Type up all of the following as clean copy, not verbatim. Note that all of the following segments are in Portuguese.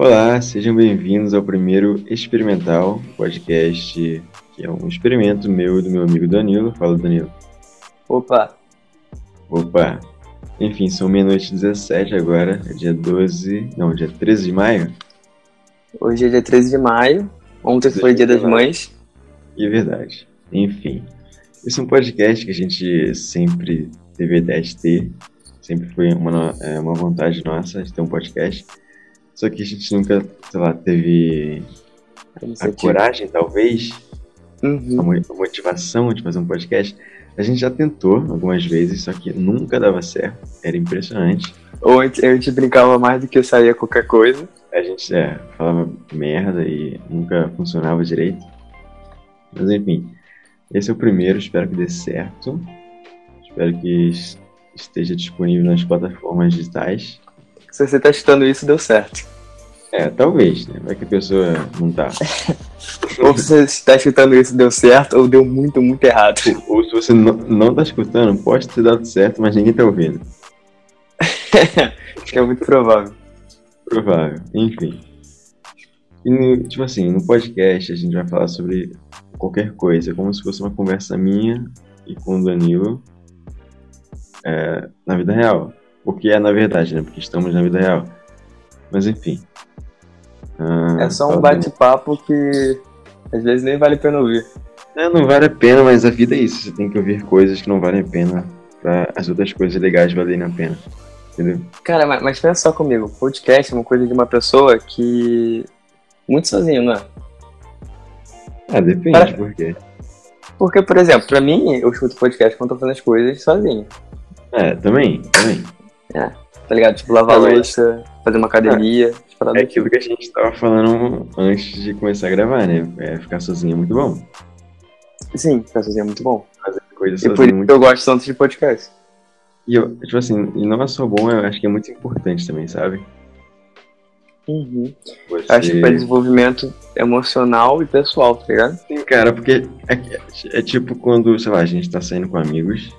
Olá, sejam bem-vindos ao primeiro Experimental podcast, que é um experimento meu e do meu amigo Danilo. Fala, Danilo. Opa, Enfim, são meia-noite e 17 agora, é dia 13 de maio. hoje é dia 13 de maio, ontem foi dia das mães. E é verdade. Enfim, esse é um podcast que a gente sempre teve a ideia de ter, sempre foi uma vontade nossa de ter um podcast, só que a gente nunca, teve a coragem, talvez, a motivação de fazer um podcast. A gente já tentou algumas vezes, só que nunca dava certo, era impressionante. Ou a gente brincava mais do que saía qualquer coisa. A gente falava merda e nunca funcionava direito. Mas enfim, esse é o primeiro, espero que dê certo. Espero que esteja disponível nas plataformas digitais. Se você tá escutando isso, deu certo. Talvez, né? Vai que a pessoa não tá. Ou você está escutando isso, deu certo, ou deu muito errado. Ou se você não tá escutando, pode ter dado certo, mas ninguém tá ouvindo. Acho que é muito provável. Provável, enfim. E no podcast a gente vai falar sobre qualquer coisa, como se fosse uma conversa minha e com o Danilo na vida real. O que é na verdade, né? Porque estamos na vida real. Mas enfim. É só um bate-papo que às vezes nem vale a pena ouvir. Não vale a pena, mas a vida é isso. Você tem que ouvir coisas que não valem a pena para as outras coisas legais valerem a pena. Entendeu? Cara, mas pensa só comigo. Podcast é uma coisa de uma pessoa que... muito sozinho, não é? Depende, por quê? Porque, por exemplo, pra mim, eu escuto podcast quando tô fazendo as coisas sozinho. Também. Tá ligado? Tipo, lavar louça, fazer uma academia. É aquilo que a gente tava falando antes de começar a gravar, né? Ficar sozinho é muito bom. Sim, ficar sozinho é muito bom. Fazer coisa E sozinho por isso que eu gosto tanto de podcast. E e não é só bom, eu acho que é muito importante também, sabe? Acho que pra desenvolvimento emocional e pessoal, tá ligado? Sim, cara, porque é tipo quando, sei lá, a gente tá saindo com amigos,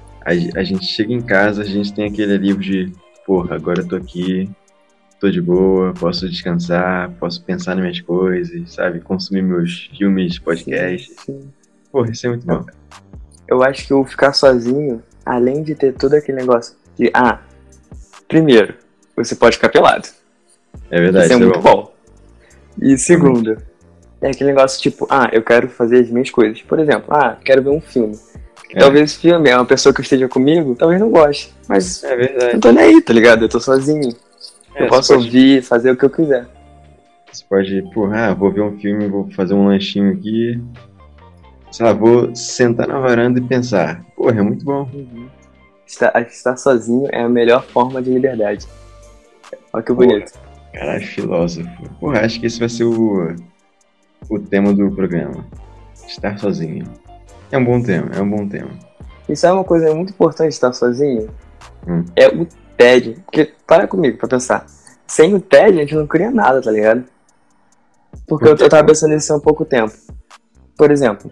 a gente chega em casa, a gente tem aquele alívio de, porra, agora eu tô aqui, tô de boa, posso descansar, posso pensar nas minhas coisas, sabe? Consumir meus filmes, podcasts. Sim. Porra, isso é muito bom. Eu acho que o ficar sozinho, além de ter todo aquele negócio de, primeiro, você pode ficar pelado. É verdade, isso é muito bom. E segundo, é aquele negócio tipo, eu quero fazer as minhas coisas. Por exemplo, quero ver um filme. Talvez esse filme, uma pessoa que esteja comigo, talvez não goste. Mas é verdade. Eu tô nem aí, tá ligado? Eu tô sozinho. Eu posso ouvir, fazer o que eu quiser. Você pode, vou ver um filme, vou fazer um lanchinho aqui. Sei lá, vou sentar na varanda e pensar. Porra, é muito bom. Estar sozinho é a melhor forma de liberdade. Olha que bonito. Caralho, filósofo. Porra, acho que esse vai ser o tema do programa. Estar sozinho. É um bom tema. E sabe uma coisa muito importante de estar sozinho? É o tédio. Porque, para comigo, pra pensar. Sem o tédio, a gente não cria nada, tá ligado? Porque eu tava pensando nisso há pouco tempo. Por exemplo,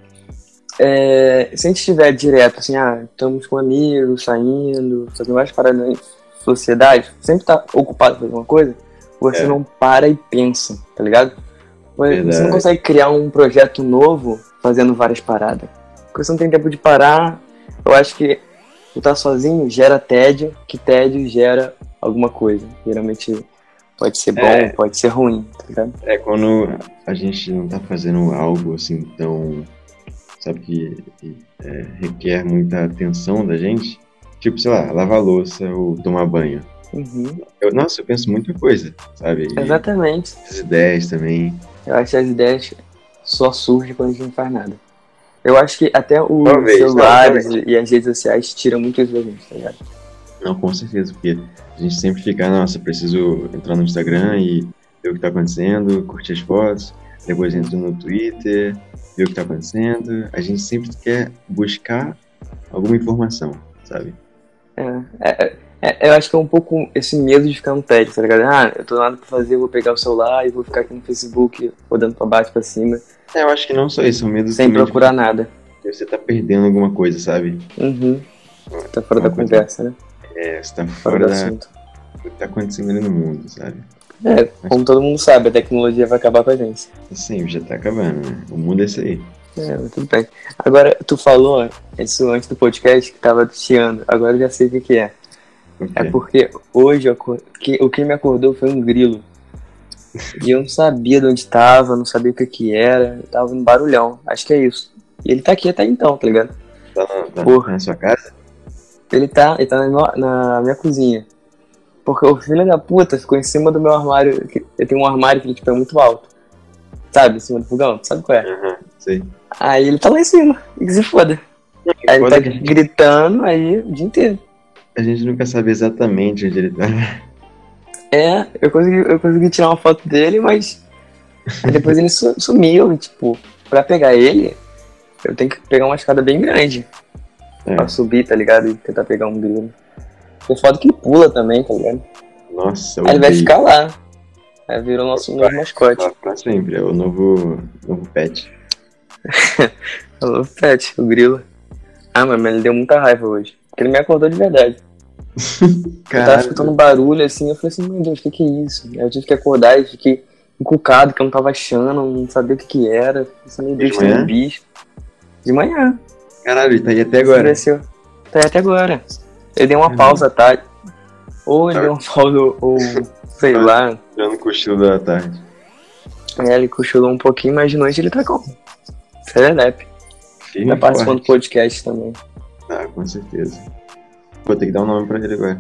se a gente estiver direto, assim, estamos com amigos, saindo, fazendo várias paradas na sociedade, sempre tá ocupado fazendo uma coisa, você não para e pensa, tá ligado? Você não consegue criar um projeto novo fazendo várias paradas. Porque você não tem tempo de parar. Eu acho que estar sozinho gera tédio, que tédio gera alguma coisa. Geralmente pode ser bom, pode ser ruim, tá ligado? Quando a gente não tá fazendo algo assim tão, sabe, que requer muita atenção da gente, tipo, sei lá, lavar louça ou tomar banho. Eu penso muita coisa, sabe? Exatamente. As ideias também. Eu acho que as ideias só surgem quando a gente não faz nada. Eu acho que até os celulares e as redes sociais tiram muito isso da gente, tá ligado? Não, com certeza, porque a gente sempre fica, preciso entrar no Instagram e ver o que tá acontecendo, curtir as fotos, depois entra no Twitter, ver o que tá acontecendo. A gente sempre quer buscar alguma informação, sabe? Eu acho que é um pouco esse medo de ficar no tédio, tá ligado? Eu tô nada pra fazer, vou pegar o celular e vou ficar aqui no Facebook, rodando pra baixo, pra cima. Eu acho que não só isso, é um medo sem procurar nada. Você tá perdendo alguma coisa, sabe? Tá fora da conversa, né? Você tá fora do assunto. O que tá acontecendo ali no mundo, sabe? Como todo mundo sabe, a tecnologia vai acabar com a gente. Sim, já tá acabando, né? O mundo é isso aí. Mas tudo bem. Agora, tu falou isso antes do podcast que tava chiando. Agora eu já sei o que é. É porque hoje o que me acordou foi um grilo. E eu não sabia de onde tava, não sabia o que era. Eu tava no barulhão. Acho que é isso. E ele tá aqui até então, tá ligado? Tá na sua casa? Ele tá na minha cozinha. Porque o filho da puta ficou em cima do meu armário. Eu tenho um armário que tipo, é muito alto. Sabe? Em cima do fogão. Sabe qual é? Sei. Aí ele tá lá em cima. E que se foda. Aí ele tá gritando aí o dia inteiro. A gente nunca sabe exatamente onde ele tá. Eu consegui tirar uma foto dele, mas aí depois ele sumiu. E, tipo, pra pegar ele, eu tenho que pegar uma escada bem grande. Pra subir, tá ligado? E tentar pegar um grilo. É foda que ele pula também, tá ligado? Nossa, aí ele vai ficar lá. Aí virou nosso novo mascote. Pra sempre, é o novo pet. É o novo pet, o grilo. Mas ele deu muita raiva hoje. Porque ele me acordou de verdade. Eu tava escutando barulho assim, eu falei assim, meu Deus, o que é isso? Aí eu tive que acordar e fiquei encucado, que eu não tava achando, não sabia o que era. Eu falei, meu Deus, tem um bicho. De manhã. Caralho, ele tá aí até agora. Tá aí até agora. Ele deu uma pausa à tarde. Ou ele deu uma pausa, ou sei lá. Tirando o cochilo da tarde. Ele cochilou um pouquinho, mas de noite ele tá como? Serelepe. Tá participando do podcast também. Com certeza. Vou ter que dar um nome pra ele agora.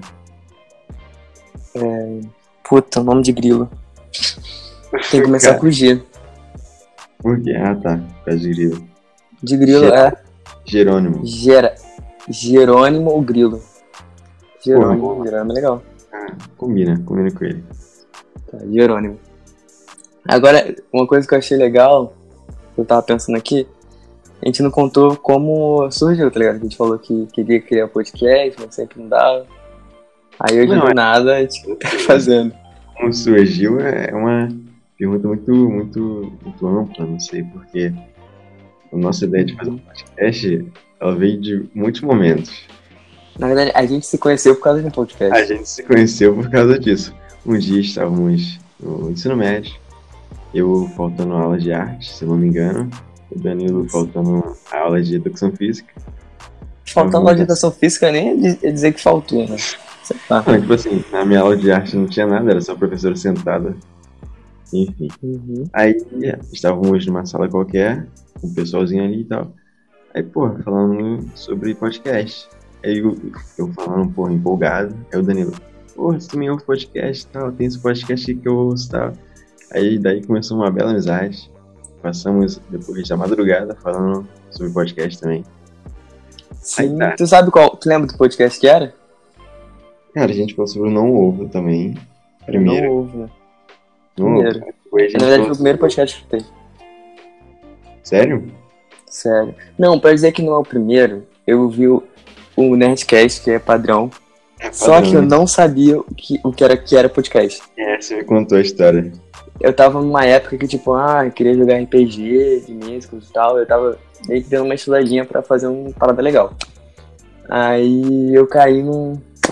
Puta, nome de grilo. Tem que começar com G. Por quê? Tá. Por causa de grilo. De grilo, Jerônimo. Jerônimo ou grilo? Jerônimo é legal. Combina com ele. Tá, Jerônimo. Agora, uma coisa que eu achei legal, que eu tava pensando aqui, a gente não contou como surgiu, tá ligado? A gente falou que queria criar podcast, mas sempre não dava. Aí hoje do nada a gente tá fazendo. Como surgiu é uma pergunta muito ampla, não sei, porque a nossa ideia de fazer um podcast, ela veio de muitos momentos. Na verdade, a gente se conheceu por causa de um podcast. A gente se conheceu por causa disso. Um dia estávamos no ensino médio, eu faltando aula de arte, se não me engano, o Danilo faltando a aula de educação física. Faltando aula de educação física nem é dizer que faltou, né? Não, tipo assim, na minha aula de arte não tinha nada, era só a professora sentada. Enfim. Aí estávamos numa sala qualquer, com o pessoalzinho ali e tal. Aí, falando sobre podcast. Aí eu falando, empolgado. Aí o Danilo, você também ouve podcast e tal, tem esse podcast que eu ouço e tal. Aí daí começou uma bela amizade. Passamos depois da madrugada falando sobre podcast também. Sim, aí, tu sabe qual? Tu lembra do podcast que era? Cara, a gente falou sobre o Não Ovo também. Primeiro. Não Ovo, né? Primeiro. Na verdade foi o primeiro podcast que teve. Sério? Sério. Não, pra dizer que não é o primeiro, eu vi o Nerdcast, que é padrão. Só que eu não sabia o que era podcast. Você me contou a história. Eu tava numa época que, eu queria jogar RPG de músicos e tal. Eu tava meio que dando uma estudadinha pra fazer uma parada legal. Aí eu caí num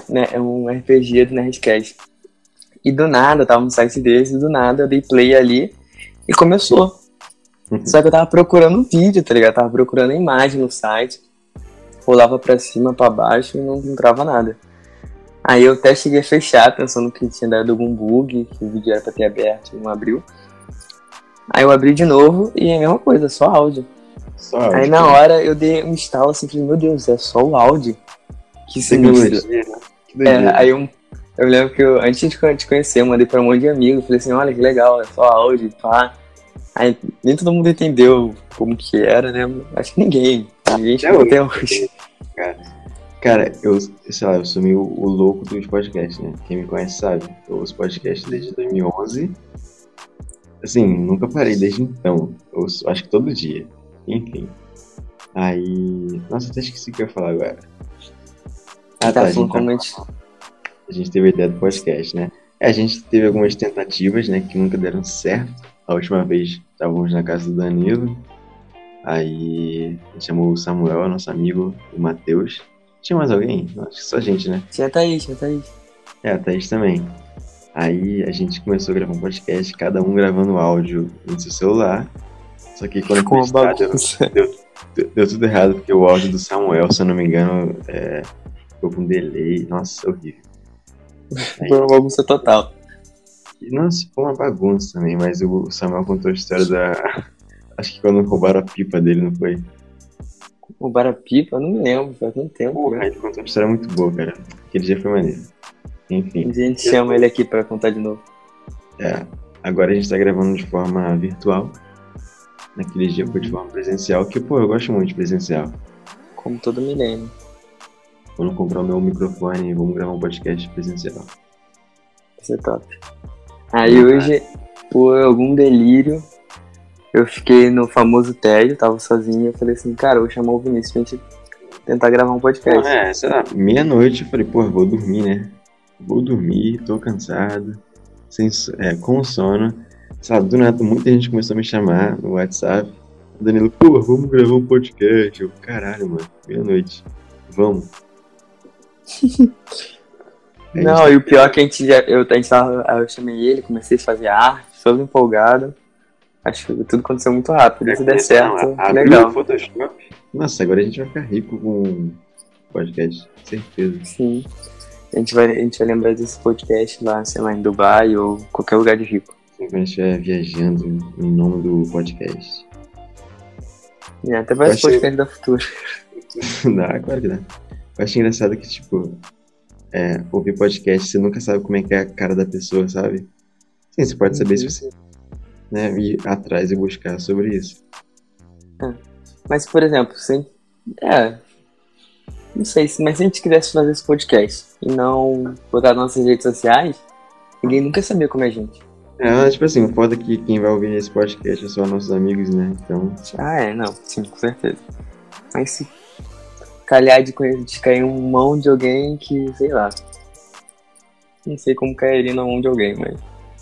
RPG do Nerdcast. E do nada, eu tava no site deles, e do nada eu dei play ali e começou. Só que eu tava procurando um vídeo, tá ligado? Eu tava procurando a imagem no site. Rolava pra cima, pra baixo e não encontrava nada. Aí eu até cheguei a fechar, pensando que tinha dado algum bug, que o vídeo era pra ter aberto e não abriu. Aí eu abri de novo e é a mesma coisa, só áudio. Aí na hora eu dei um instalo assim, falei, meu Deus, é só o áudio? Que sinistro. Aí eu lembro que antes de te conhecer, eu mandei pra um monte de amigos, falei assim, olha que legal, é só áudio, pá. Aí nem todo mundo entendeu como que era, né? Acho que ninguém chegou até hoje. Cara, eu sou meio o louco dos podcasts, né? Quem me conhece sabe. Eu ouço podcast desde 2011. Assim, nunca parei desde então. Eu ouço, acho que todo dia. Enfim. Aí... Nossa, até esqueci o que eu ia falar agora. A gente teve a ideia do podcast, né? A gente teve algumas tentativas, né? Que nunca deram certo. A última vez estávamos na casa do Danilo. Aí a gente chamou o Samuel, nosso amigo, o Matheus. Tinha mais alguém? Acho que só a gente, né? Tinha a Thaís. A Thaís também. Aí a gente começou a gravar um podcast, cada um gravando áudio no seu celular. Só que quando Ficou uma foi editado, bagunça. deu tudo errado, porque o áudio do Samuel, se eu não me engano, ficou com delay. Nossa, horrível. Foi uma bagunça total. E, nossa, foi uma bagunça também, mas o Samuel contou a história da... Acho que quando roubaram a pipa dele, não foi? Roubaram a pipa? Eu não me lembro, faz tanto tempo. Porra, Né? ele contou uma história muito boa, cara. Aquele dia foi maneiro. Enfim. Um dia a gente chama ele aqui pra contar de novo. Agora a gente tá gravando de forma virtual. Naquele dia foi de forma presencial, que, pô, eu gosto muito de presencial. Como todo milênio. Quando comprar o meu microfone, vamos gravar um podcast presencial. Vai ser top. Aí hoje, por algum delírio, eu fiquei no famoso tédio, tava sozinho, eu falei assim, cara, eu vou chamar o Vinícius pra gente tentar gravar um podcast. Não, sei lá, meia-noite eu falei, pô, vou dormir, né? Vou dormir, tô cansado, com sono. Sabe, do nada, muita gente começou a me chamar no WhatsApp. O Danilo, pô, vamos gravar um podcast. Eu, caralho, mano, meia-noite. Vamos. Não, e o pior é que eu chamei ele, comecei a fazer arte, todo empolgado. Acho que tudo aconteceu muito rápido. Se der certo, legal. O Photoshop. Nossa, agora a gente vai ficar rico com podcast, certeza. Sim. A gente vai lembrar desse podcast lá, sei lá, em Dubai ou qualquer lugar de rico. Quando a gente estiver viajando em nome do podcast. Até parece podcast da Futura. Dá, claro que dá. Eu acho engraçado que, tipo, ouvir podcast, você nunca sabe como é que é a cara da pessoa, sabe? Sim, você pode saber se você ir atrás e buscar sobre isso. Mas, por exemplo, não sei, mas se a gente quisesse fazer esse podcast e não botar nas nossas redes sociais, ninguém nunca sabia como é a gente. Tipo assim, o foda é que quem vai ouvir esse podcast é só nossos amigos, né? Então... não, sim, com certeza. Mas se calhar de cair um mão de alguém que, sei lá, não sei como cairia na mão de alguém, mas...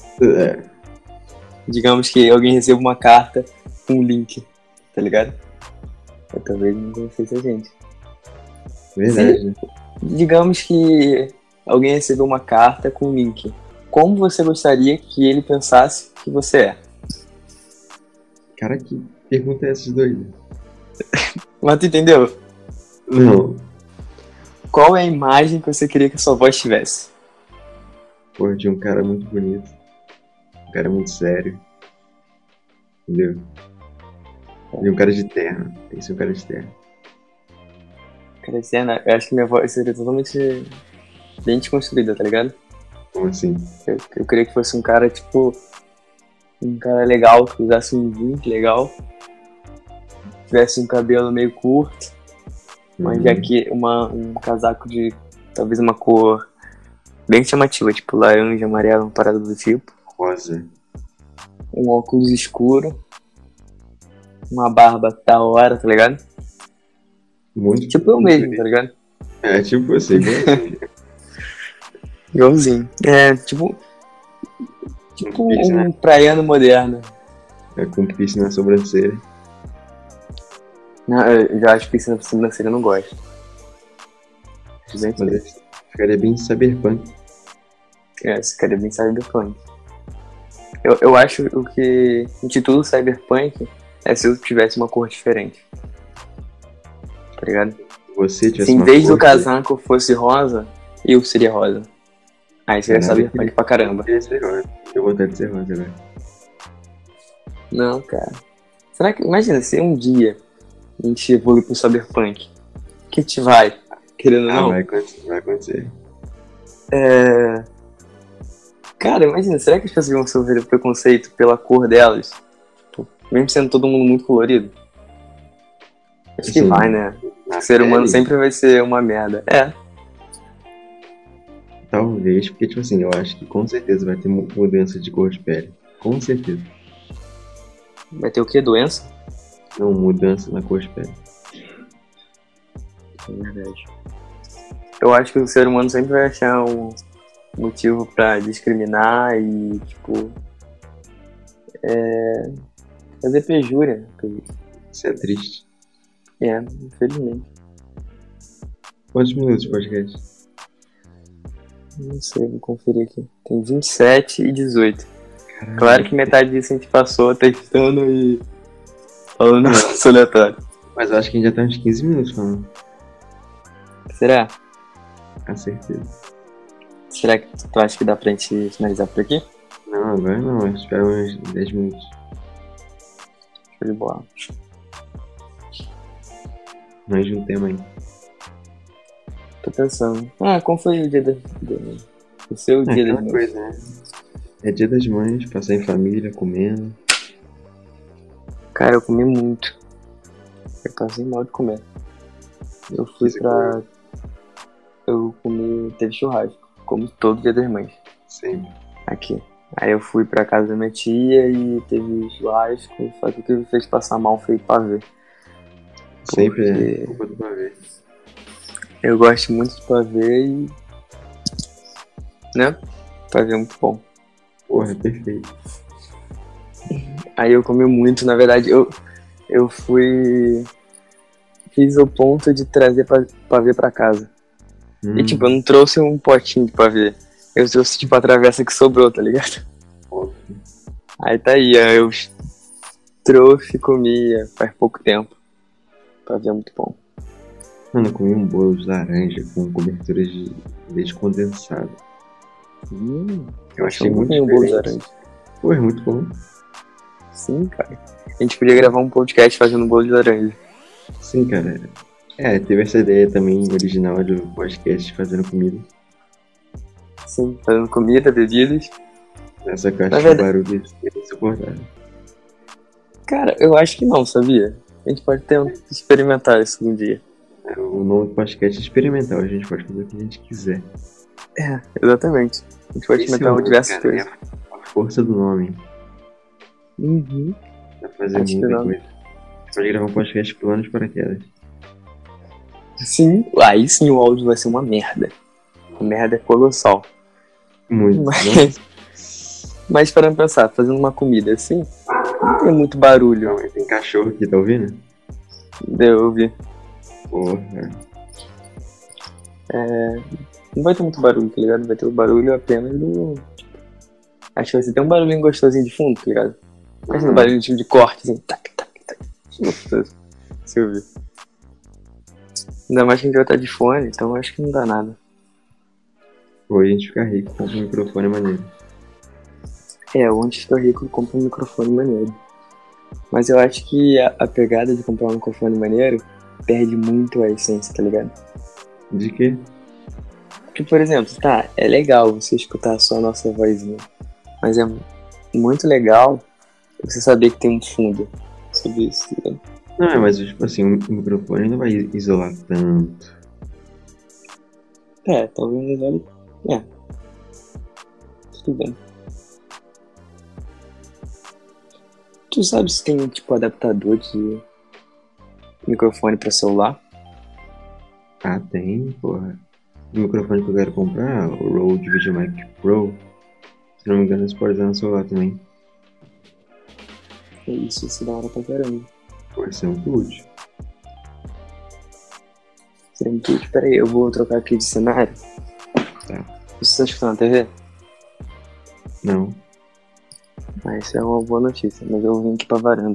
Digamos que alguém receba uma carta com um link, tá ligado? Eu talvez não conhecesse a gente. Verdade. Digamos que alguém recebeu uma carta com um link. Como você gostaria que ele pensasse que você é? Cara, que pergunta é essa doida? Mas tu entendeu? Não. Qual é a imagem que você queria que a sua voz tivesse? Pô, de um cara muito bonito. Um cara muito sério. Entendeu? E um cara de terra. Esse é um cara de terra. Cara de terra, eu acho que minha voz seria totalmente bem desconstruída, tá ligado? Como assim? Eu queria que fosse um cara, tipo... Um cara legal, que usasse um link legal. Tivesse um cabelo meio curto. Um casaco de talvez uma cor bem chamativa, tipo laranja, amarelo, uma parada do tipo. Rosa. Um óculos escuro. Uma barba da hora, tá ligado? Muito. Tipo eu mesmo, tá ligado? Tipo você, Igualzinho. Tipo um praiano moderno. Com piercing na sobrancelha. Não, eu já acho piercing na sobrancelha, eu não gosto. Ficaria bem cyberpunk. Ficaria bem cyberpunk. Eu acho o que intitula cyberpunk é se eu tivesse uma cor diferente. Tá ligado? Você tivesse se em vez do casaco fosse rosa, eu seria rosa. Aí seria cyberpunk pra caramba. Eu queria ser rosa. Eu vou vontade de ser rosa agora. Não, cara. Será que... Imagina, se um dia a gente evolui pro cyberpunk. Que a gente vai? Querendo ou não? Vai acontecer. Cara, imagina, será que as pessoas vão sofrer preconceito pela cor delas? Tipo, mesmo sendo todo mundo muito colorido? Acho que vai, né? O ser humano sempre vai ser uma merda. Talvez, porque, tipo assim, eu acho que com certeza vai ter mudança de cor de pele. Com certeza. Vai ter o quê? Doença? Não, mudança na cor de pele. É verdade. Eu acho que o ser humano sempre vai achar um motivo pra discriminar e, tipo... fazer pejúria. Isso é triste. Infelizmente. Quantos minutos de podcast? Não sei, vou conferir aqui. Tem 27 e 18. Caralho. Claro que metade disso a gente passou testando e falando nosso aleatório. Mas eu acho que a gente já tá uns 15 minutos falando. Será? Com certeza. Será que tu acha que dá pra gente finalizar por aqui? Não, agora não. Espera uns 10 minutos. Show de bola. Mais de um tema aí. Tô pensando. Como foi o dia o seu dia das Aquela mães? coisa, né? É dia das mães, passar em família, comendo. Cara, eu comi muito. Eu passei mal de comer. Eu fui pra... Eu comi... Teve churrasco. Como todo dia das mães. Sempre. Aqui. Aí eu fui pra casa da minha tia e teve churrasco. Só que o que me fez passar mal foi pavê. Sempre Porque é culpa do pavê. eu gosto muito de pavê e... Né? Pavê é muito bom. Porra, é perfeito. Aí eu comi muito, na verdade, eu fui... Fiz o ponto de trazer pavê pra casa. E tipo, eu não trouxe um potinho de pavê. Eu trouxe tipo a travessa que sobrou, tá ligado? Óbvio. Aí tá aí, eu trouxe e comia faz pouco tempo. Pavê é muito bom. Mano, eu comi um bolo de laranja com cobertura de leite condensado. Eu achei Eu muito comi um bolo de diferente. laranja. Pô, é muito bom. Sim, cara. A gente podia gravar um podcast fazendo bolo de laranja. Sim, cara. Teve essa ideia também original do podcast fazendo comida. Sim, fazendo comida, bebidas. Nessa caixa Na de verdade- barulho é insuportável. Cara, eu acho que não, sabia? A gente pode experimentar isso um dia. O nome do podcast é experimental, a gente pode fazer o que a gente quiser. Exatamente. A gente pode Esse é experimentar o- diversas cara, coisas. é a força do nome. Uhum. Dá pra fazer Acho que muita não. coisa. A gente pode gravar um podcast pulando de paraquedas. Sim, aí sim o áudio vai ser uma merda. Uma merda colossal. Muito. Mas parando pra pensar, fazendo uma comida assim, não tem muito barulho. Não, tem cachorro aqui, tá ouvindo? Deu eu ouvir. Porra. Não vai ter muito barulho, tá ligado? Vai ter o barulho apenas do. Acho que vai ser até um barulhinho gostosinho de fundo, tá ligado? Imagina um barulho tipo de corte, assim. Tac, tac, tac. Gostoso. Se eu ouvir. Ainda mais que a gente vai estar de fone, então acho que não dá nada. Ou a gente fica rico com um microfone maneiro. Onde fica rico, compra um microfone maneiro. Mas eu acho que a pegada de comprar um microfone maneiro perde muito a essência, tá ligado? De quê? Porque, por exemplo, é legal você escutar só a nossa vozinha. Mas é muito legal você saber que tem um fundo sobre isso, tá ligado? Não, mas tipo assim, o microfone não vai isolar tanto. Talvez ele... Tudo bem. Tu sabe se tem, tipo, adaptador de microfone pra celular? Ah, tem, porra. O microfone que eu quero comprar, o Rode VideoMic Pro, se não me engano, você pode usar no celular também. Isso da hora pra caramba. Pode ser muito útil. Seria muito útil. Pera aí, eu vou trocar aqui de cenário. Tá. Você tá escutando a TV? Não. Isso é uma boa notícia, mas eu vim aqui pra varanda.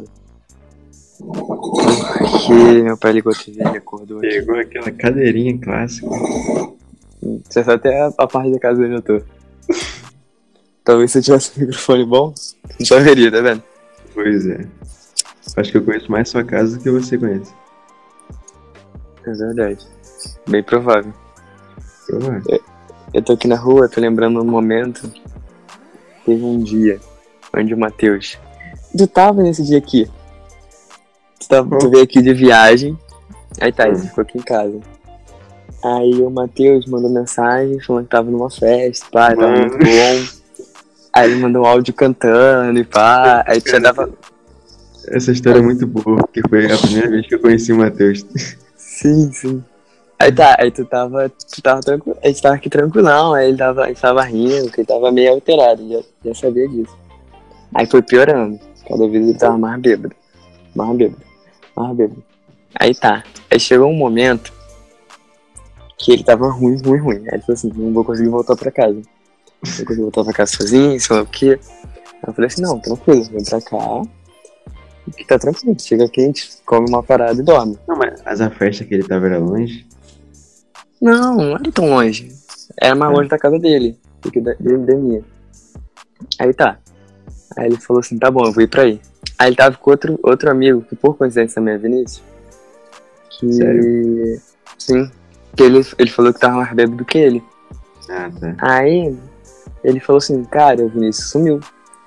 Porque meu pai ligou a TV, ele acordou aqui. Pegou aquela cadeirinha clássica. Você sabe até a parte da casa onde eu tô. Talvez se eu tivesse um microfone bom, não saberia, tá vendo? Pois é. Acho que eu conheço mais sua casa do que você conhece. É verdade. Bem provável. Provável. Eu tô aqui na rua, tô lembrando um momento. Teve um dia onde o Matheus... Tu tava nesse dia aqui. Tu veio aqui de viagem. Aí ele ficou aqui em casa. Aí o Matheus mandou mensagem falando que tava numa festa, pá, tava muito bom. Aí ele mandou um áudio cantando e pá. Aí tu já dava... Essa história é muito boa, porque foi a primeira vez que eu conheci o Matheus. Sim. Aí tu tava tranquilo, a gente tava aqui tranquilão, aí a gente tava rindo, porque ele tava meio alterado, já sabia disso. Aí foi piorando, cada vez ele tava mais bêbado. Aí chegou um momento que ele tava ruim. Aí ele falou assim, não vou conseguir voltar pra casa. Não vou conseguir voltar pra casa sozinho, sei lá o quê. Aí eu falei assim, não, tranquilo, vem pra cá. Que tá tranquilo, chega aqui, a gente come uma parada e dorme. Não, mas a festa que ele tava era longe? Não era tão longe. Era mais longe da casa dele, do que da minha. Aí tá. Aí ele falou assim, tá bom, eu vou ir pra aí. Aí ele tava com outro amigo, que por coincidência também é Vinícius. Que... Sério? Sim. Que ele falou que tava mais bêbado do que ele. Ah, tá. Aí ele falou assim, cara, o Vinícius sumiu.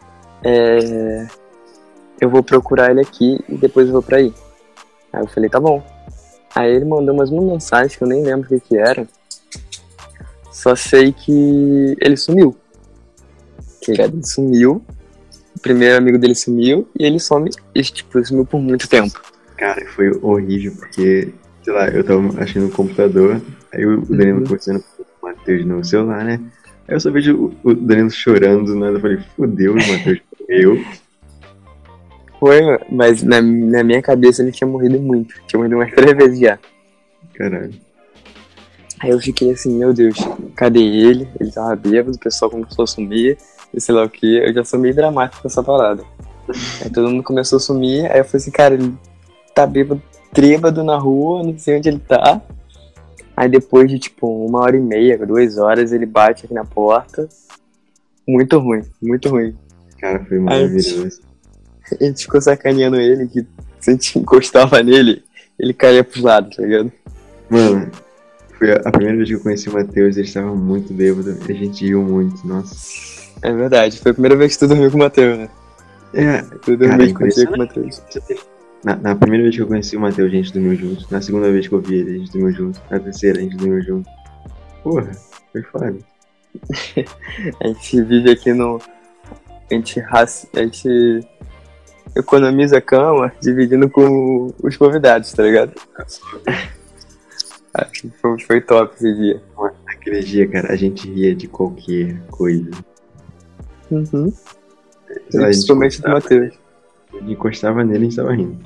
Eu vou procurar ele aqui e depois eu vou pra aí. Aí eu falei, tá bom. Aí ele mandou mais uma mensagem que eu nem lembro o que era. Só sei que ele sumiu. Ele sumiu. O primeiro amigo dele sumiu e ele sumiu por muito tempo. Cara, foi horrível porque, sei lá, eu tava achando no computador, aí o Danilo conversando com o Matheus no celular, né? Aí eu só vejo o Danilo chorando do nada, eu falei, fodeu, o Matheus morreu. Foi, mas na minha cabeça ele tinha morrido muito. Tinha morrido umas 3 vezes já. Caralho. Aí eu fiquei assim, meu Deus, cadê ele? Ele tava bêbado, o pessoal começou a sumir, e sei lá o que. Eu já sou meio dramático com essa parada. Aí todo mundo começou a sumir, aí eu falei assim, cara, ele tá trêbado na rua, não sei onde ele tá. Aí depois de 1h30, 2 horas, ele bate aqui na porta. Muito ruim, muito ruim. Cara, foi maravilhoso. A gente ficou sacaneando ele, que se a gente encostava nele, ele caía pros lados, tá ligado? Mano, foi a primeira vez que eu conheci o Matheus, ele estava muito bêbado, e a gente riu muito, nossa. É verdade, foi a primeira vez que tu dormiu com o Matheus, né? Tu dormiu com o Matheus. Na primeira vez que eu conheci o Matheus, a gente dormiu junto. Na segunda vez que eu vi ele, a gente dormiu junto. Na terceira, a gente dormiu junto. Porra, foi foda. A gente vive aqui no... A gente economiza a cama dividindo com os convidados, tá ligado? Acho que foi top esse dia. Aquele dia, cara, a gente ria de qualquer coisa. Uhum. Principalmente do Matheus. A gente encostava nele e a gente tava rindo.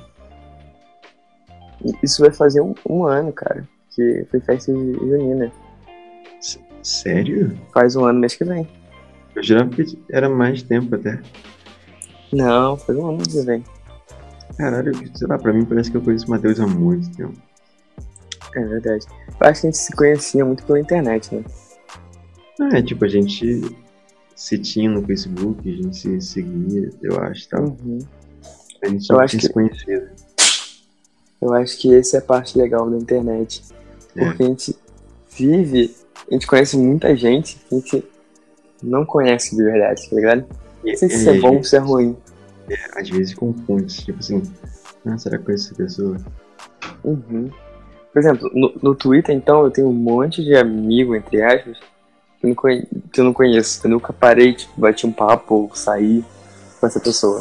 Isso vai fazer um ano, cara. Que foi festa junina. Sério? Faz um ano mês que vem. Eu jurava que era mais tempo até. Não, faz um ano mês que vem. Caralho, sei lá, pra mim parece que eu conheço o Matheus há muito tempo. É verdade. Eu acho que a gente se conhecia muito pela internet, né? A gente se tinha no Facebook, a gente se seguia, eu acho, tal. Uhum. A gente não tinha se conhecido. Eu acho que essa é a parte legal da internet. Porque a gente conhece muita gente que a gente não conhece de verdade, tá ligado? Não sei se isso é bom ou se é ruim. Às vezes confunde, tipo assim, será que eu conheço essa pessoa? Uhum. Por exemplo, no Twitter, então, eu tenho um monte de amigo, entre aspas, que eu não conheço. Eu nunca parei, bati um papo ou saí com essa pessoa.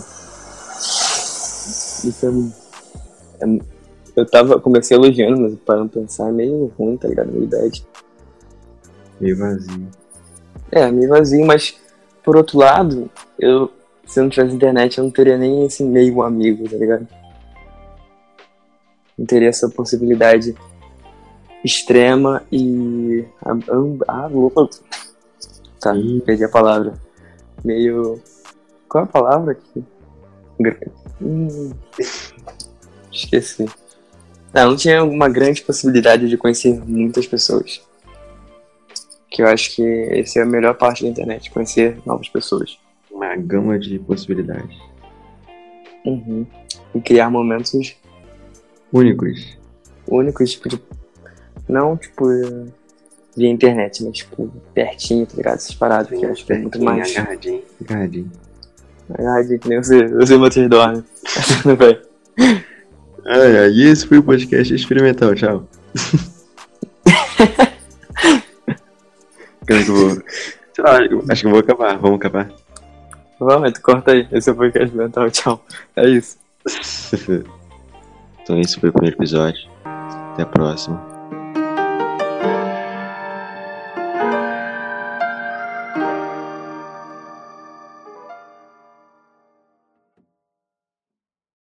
Isso comecei elogiando, mas para não pensar, é meio ruim, tá ligado? Meio bad. Meio vazio. Meio vazio, mas por outro lado, se eu não tivesse internet, eu não teria nem esse meio amigo, tá ligado? Não teria essa possibilidade extrema e... louca. Tá, perdi a palavra. Meio... Qual é a palavra aqui? Esqueci. Não tinha uma grande possibilidade de conhecer muitas pessoas. Que eu acho que essa é a melhor parte da internet, conhecer novas pessoas. Uma gama de possibilidades. Uhum. E criar momentos únicos, não via internet, mas pertinho, tá ligado? Essas paradas que eu acho que é muito mais. Agarradinho. Agarradinho, que nem você Matheus dorme. Não vai. E esse foi o podcast experimental, tchau. Sei lá, acho que eu vou acabar, vamos acabar. Vamos, tu corta aí, esse foi o podcast experimental, tchau. É isso. Então esse foi o primeiro episódio. Até a próxima.